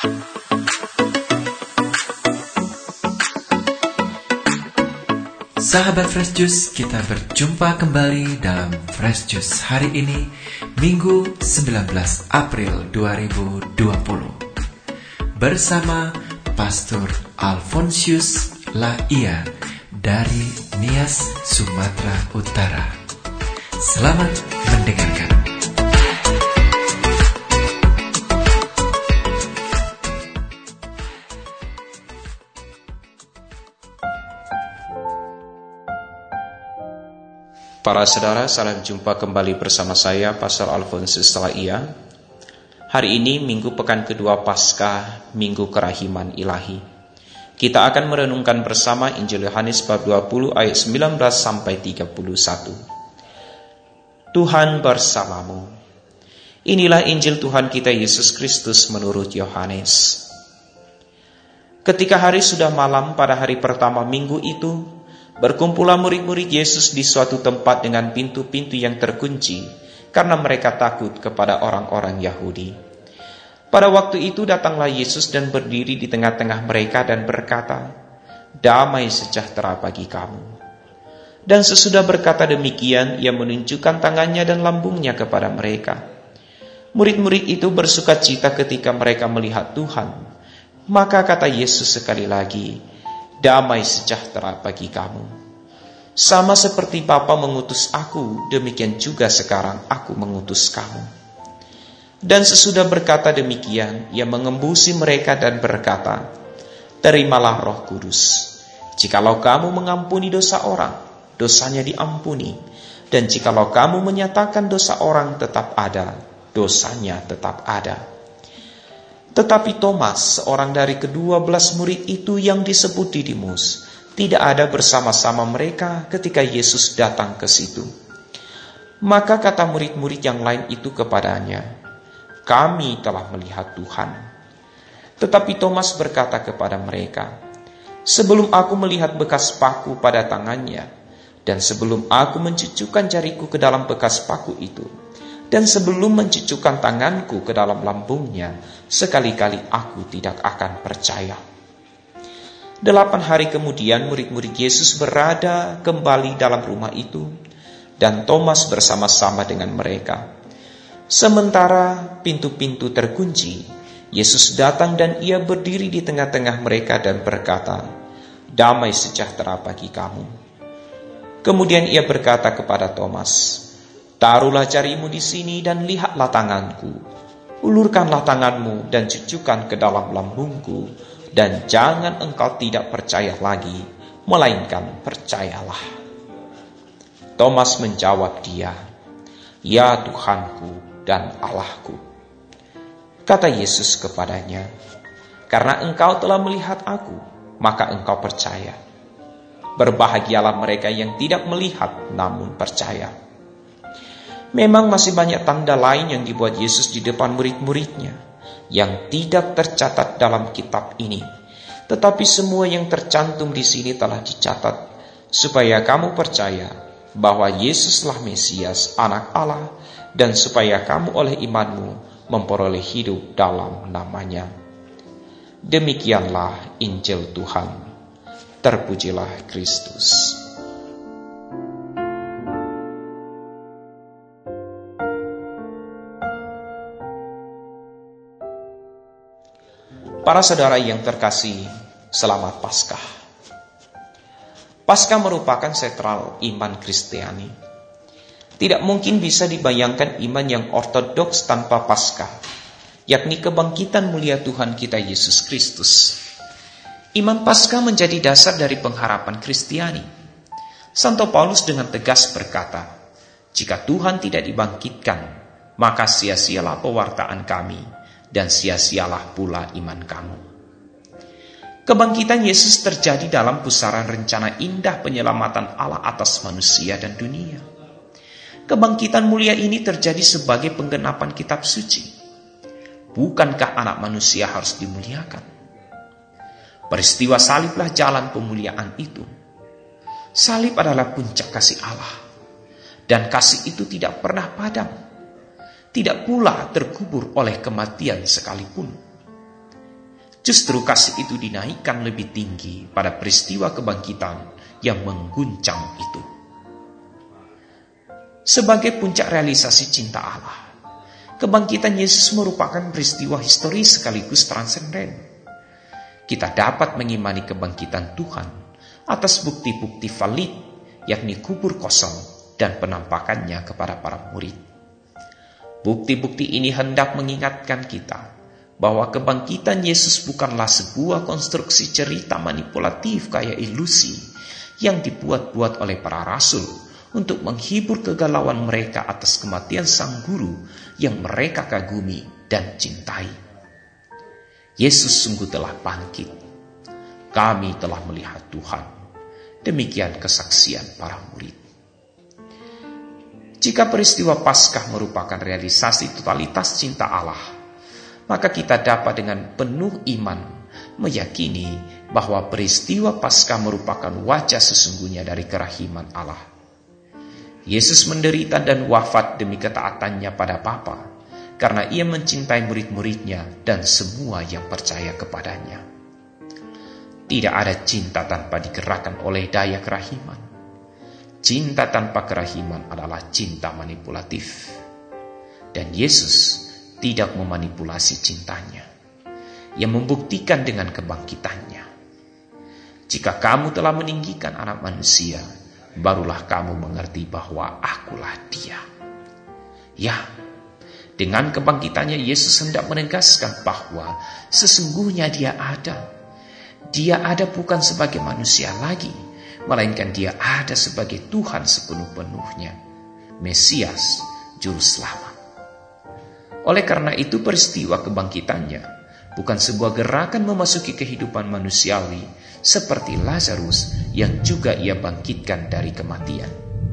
Sahabat Fresh Juice, kita berjumpa kembali dalam Fresh Juice hari ini, Minggu 19 April 2020. Bersama Pastor Alfonsius Laia dari Nias, Sumatera Utara. Selamat mendengarkan. Para saudara, salam jumpa kembali bersama saya, Pastor Alfonsius Laia. Hari ini Minggu pekan kedua Paskah, Minggu Kerahiman Ilahi. Kita akan merenungkan bersama Injil Yohanes bab 20 ayat 19 sampai 31. Tuhan bersamamu. Inilah Injil Tuhan kita Yesus Kristus menurut Yohanes. Ketika hari sudah malam pada hari pertama minggu itu, berkumpullah murid-murid Yesus di suatu tempat dengan pintu-pintu yang terkunci, karena mereka takut kepada orang-orang Yahudi. Pada waktu itu datanglah Yesus dan berdiri di tengah-tengah mereka dan berkata, "Damai sejahtera bagi kamu." Dan sesudah berkata demikian, ia menunjukkan tangannya dan lambungnya kepada mereka. Murid-murid itu bersukacita ketika mereka melihat Tuhan. Maka kata Yesus sekali lagi, "Damai sejahtera bagi kamu. Sama seperti Bapa mengutus aku, demikian juga sekarang aku mengutus kamu." Dan sesudah berkata demikian, ia mengembusi mereka dan berkata, "Terimalah Roh Kudus. Jikalau kamu mengampuni dosa orang, dosanya diampuni. Dan jikalau kamu menyatakan dosa orang tetap ada, dosanya tetap ada." Tetapi Thomas, seorang dari ke-12 murid itu yang disebut Didimus, tidak ada bersama-sama mereka ketika Yesus datang ke situ. Maka kata murid-murid yang lain itu kepadanya, "Kami telah melihat Tuhan." Tetapi Thomas berkata kepada mereka, "Sebelum aku melihat bekas paku pada tangannya, dan sebelum aku mencucukkan jariku ke dalam bekas paku itu, dan sebelum mencucukkan tanganku ke dalam lambungnya, sekali-kali aku tidak akan percaya." 8 hari kemudian murid-murid Yesus berada kembali dalam rumah itu, dan Thomas bersama-sama dengan mereka. Sementara pintu-pintu terkunci, Yesus datang dan ia berdiri di tengah-tengah mereka dan berkata, "Damai sejahtera bagi kamu." Kemudian ia berkata kepada Thomas, "Taruhlah jarimu di sini dan lihatlah tanganku. Ulurkanlah tanganmu dan cucukkan ke dalam lambungku, dan jangan engkau tidak percaya lagi, melainkan percayalah." Thomas menjawab dia, "Ya Tuhanku dan Allahku." Kata Yesus kepadanya, "Karena engkau telah melihat aku, maka engkau percaya. Berbahagialah mereka yang tidak melihat namun percaya." Memang masih banyak tanda lain yang dibuat Yesus di depan murid-muridnya yang tidak tercatat dalam kitab ini. Tetapi semua yang tercantum di sini telah dicatat supaya kamu percaya bahwa Yesuslah Mesias, Anak Allah, dan supaya kamu oleh imanmu memperoleh hidup dalam namanya. Demikianlah Injil Tuhan. Terpujilah Kristus. Para saudara yang terkasih, selamat Paskah. Paskah merupakan sentral iman Kristiani. Tidak mungkin bisa dibayangkan iman yang ortodoks tanpa Paskah, yakni kebangkitan mulia Tuhan kita Yesus Kristus. Iman Paskah menjadi dasar dari pengharapan Kristiani. Santo Paulus dengan tegas berkata, "Jika Tuhan tidak dibangkitkan, maka sia-sialah pewartaan kami, dan sia-sialah pula iman kamu." Kebangkitan Yesus terjadi dalam pusaran rencana indah penyelamatan Allah atas manusia dan dunia. Kebangkitan mulia ini terjadi sebagai penggenapan kitab suci. Bukankah anak manusia harus dimuliakan? Peristiwa saliblah jalan pemuliaan itu. Salib adalah puncak kasih Allah, dan kasih itu tidak pernah padam, tidak pula terkubur oleh kematian sekalipun. Justru kasih itu dinaikkan lebih tinggi pada peristiwa kebangkitan yang mengguncang itu. Sebagai puncak realisasi cinta Allah, kebangkitan Yesus merupakan peristiwa historis sekaligus transenden. Kita dapat mengimani kebangkitan Tuhan atas bukti-bukti valid, yakni kubur kosong dan penampakannya kepada para murid. Bukti-bukti ini hendak mengingatkan kita bahwa kebangkitan Yesus bukanlah sebuah konstruksi cerita manipulatif kayak ilusi yang dibuat-buat oleh para rasul untuk menghibur kegalauan mereka atas kematian sang guru yang mereka kagumi dan cintai. Yesus sungguh telah bangkit. Kami telah melihat Tuhan. Demikian kesaksian para murid. Jika peristiwa Paskah merupakan realisasi totalitas cinta Allah, maka kita dapat dengan penuh iman meyakini bahwa peristiwa Paskah merupakan wajah sesungguhnya dari kerahiman Allah. Yesus menderita dan wafat demi ketaatannya pada Bapa, karena ia mencintai murid-muridnya dan semua yang percaya kepadanya. Tidak ada cinta tanpa digerakkan oleh daya kerahiman. Cinta tanpa kerahiman adalah cinta manipulatif. Dan Yesus tidak memanipulasi cintanya. Ia membuktikan dengan kebangkitannya. Jika kamu telah meninggikan anak manusia, barulah kamu mengerti bahwa akulah dia. Ya, dengan kebangkitannya Yesus hendak menegaskan bahwa sesungguhnya dia ada. Dia ada bukan sebagai manusia lagi, melainkan dia ada sebagai Tuhan sepenuh-penuhnya, Mesias, Juru Selamat. Oleh karena itu peristiwa kebangkitannya bukan sebuah gerakan memasuki kehidupan manusiawi seperti Lazarus yang juga ia bangkitkan dari kematian.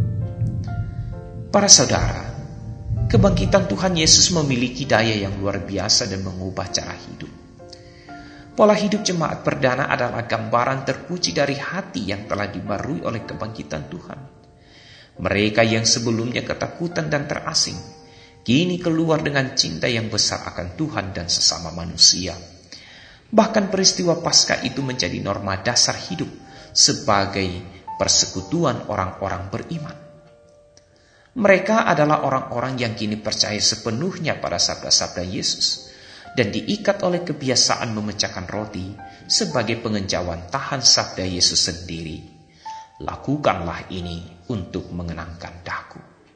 Para saudara, kebangkitan Tuhan Yesus memiliki daya yang luar biasa dan mengubah cara hidup. Pola hidup jemaat perdana adalah gambaran terpuji dari hati yang telah dibarui oleh kebangkitan Tuhan. Mereka yang sebelumnya ketakutan dan terasing, kini keluar dengan cinta yang besar akan Tuhan dan sesama manusia. Bahkan peristiwa Paskah itu menjadi norma dasar hidup sebagai persekutuan orang-orang beriman. Mereka adalah orang-orang yang kini percaya sepenuhnya pada sabda-sabda Yesus dan diikat oleh kebiasaan memecahkan roti sebagai pengenjauan tahan sabda Yesus sendiri. Lakukanlah ini untuk mengenangkan daku.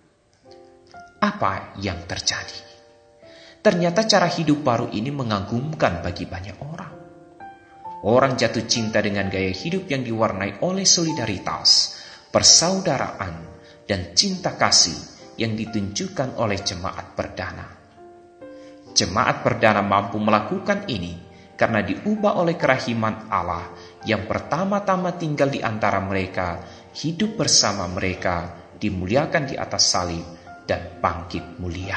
Apa yang terjadi? Ternyata cara hidup baru ini mengagumkan bagi banyak orang. Orang jatuh cinta dengan gaya hidup yang diwarnai oleh solidaritas, persaudaraan, dan cinta kasih yang ditunjukkan oleh jemaat perdana. Jemaat perdana mampu melakukan ini karena diubah oleh kerahiman Allah yang pertama-tama tinggal di antara mereka, hidup bersama mereka, dimuliakan di atas salib, dan bangkit mulia.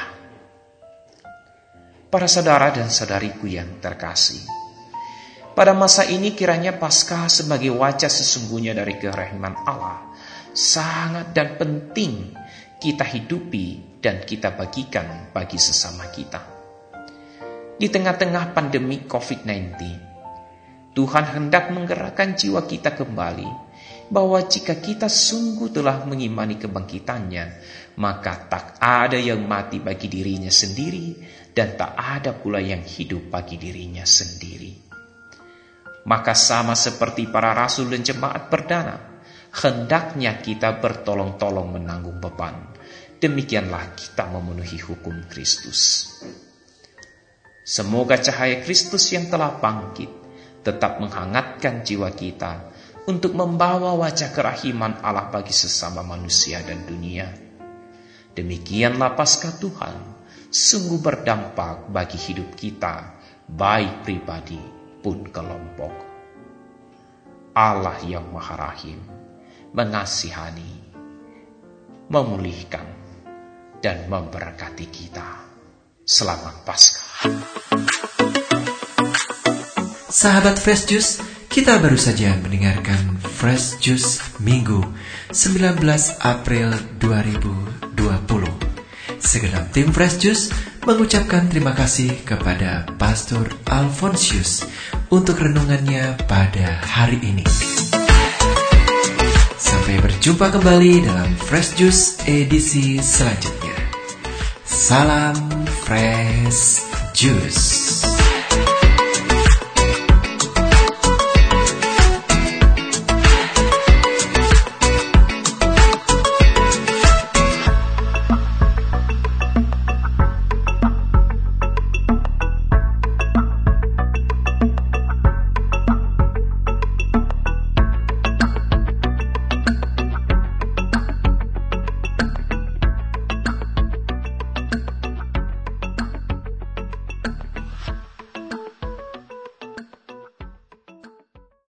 Para saudara dan saudariku yang terkasih, pada masa ini kiranya Paskah sebagai wajah sesungguhnya dari kerahiman Allah sangat dan penting kita hidupi dan kita bagikan bagi sesama kita. Di tengah-tengah pandemi COVID-19, Tuhan hendak menggerakkan jiwa kita kembali bahwa jika kita sungguh telah mengimani kebangkitannya, maka tak ada yang mati bagi dirinya sendiri dan tak ada pula yang hidup bagi dirinya sendiri. Maka sama seperti para rasul dan jemaat perdana, hendaknya kita bertolong-tolong menanggung beban. Demikianlah kita memenuhi hukum Kristus. Semoga cahaya Kristus yang telah bangkit tetap menghangatkan jiwa kita untuk membawa wajah kerahiman Allah bagi sesama manusia dan dunia. Demikianlah Paskah Tuhan sungguh berdampak bagi hidup kita, baik pribadi pun kelompok. Allah yang Maha Rahim, mengasihani, memulihkan, dan memberkati kita. Selamat Paskah. Sahabat Fresh Juice, kita baru saja mendengarkan Fresh Juice Minggu 19 April 2020. Segenap tim Fresh Juice mengucapkan terima kasih kepada Pastor Alfonsius untuk renungannya pada hari ini. Sampai berjumpa kembali dalam Fresh Juice edisi selanjutnya. Salam Fresh Juice.